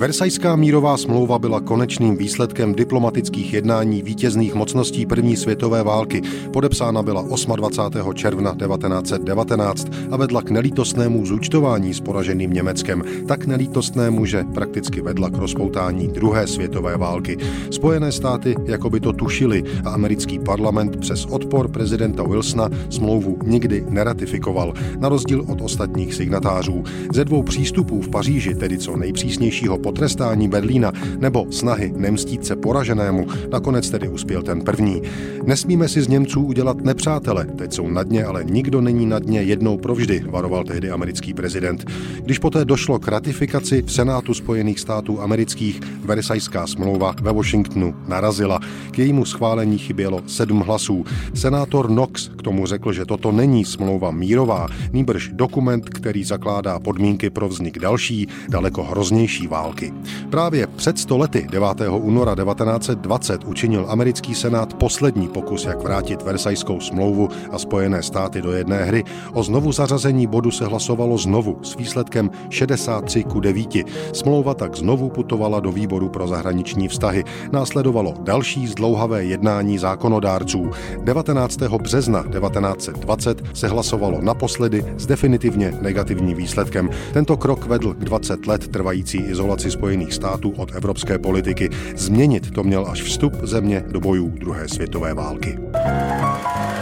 Versajská mírová smlouva byla konečným výsledkem diplomatických jednání vítězných mocností první světové války. Podepsána byla 28. června 1919 a vedla k nelítostnému zúčtování s poraženým Německem. Tak nelítostnému, že prakticky vedla k rozpoutání druhé světové války. Spojené státy jakoby to tušili a americký parlament přes odpor prezidenta Wilsona smlouvu nikdy neratifikoval, na rozdíl od ostatních signatářů. Ze dvou přístupů v Paříži, tedy co nejpřísnějšího potrestání Berlína nebo snahy nemstít se poraženému, nakonec tedy uspěl ten první. Nesmíme si z Němců udělat nepřátele, teď jsou na dně, ale nikdo není na dně jednou provždy, varoval tehdy americký prezident. Když poté došlo k ratifikaci v Senátu Spojených států amerických, Versajská smlouva ve Washingtonu narazila. K jejímu schválení chybělo 7 hlasů. Senátor Knox k tomu řekl, že toto není smlouva mírová, nýbrž dokument, který zakládá podmínky pro vznik další, daleko hroznější války. Právě před 100 lety, 9. února 1920, učinil americký senát poslední pokus, jak vrátit Versajskou smlouvu a Spojené státy do jedné hry. O znovu zařazení bodu se hlasovalo znovu s výsledkem 63:9. Smlouva tak znovu putovala do výboru pro zahraniční vztahy. Následovalo další zdlouhavé jednání zákonodárců. 19. března 1920 se hlasovalo naposledy s definitivně negativním výsledkem. Tento krok vedl k 20 let trvající izolaci Spojených států od evropské politiky. Změnit to měl až vstup země do bojů druhé světové války.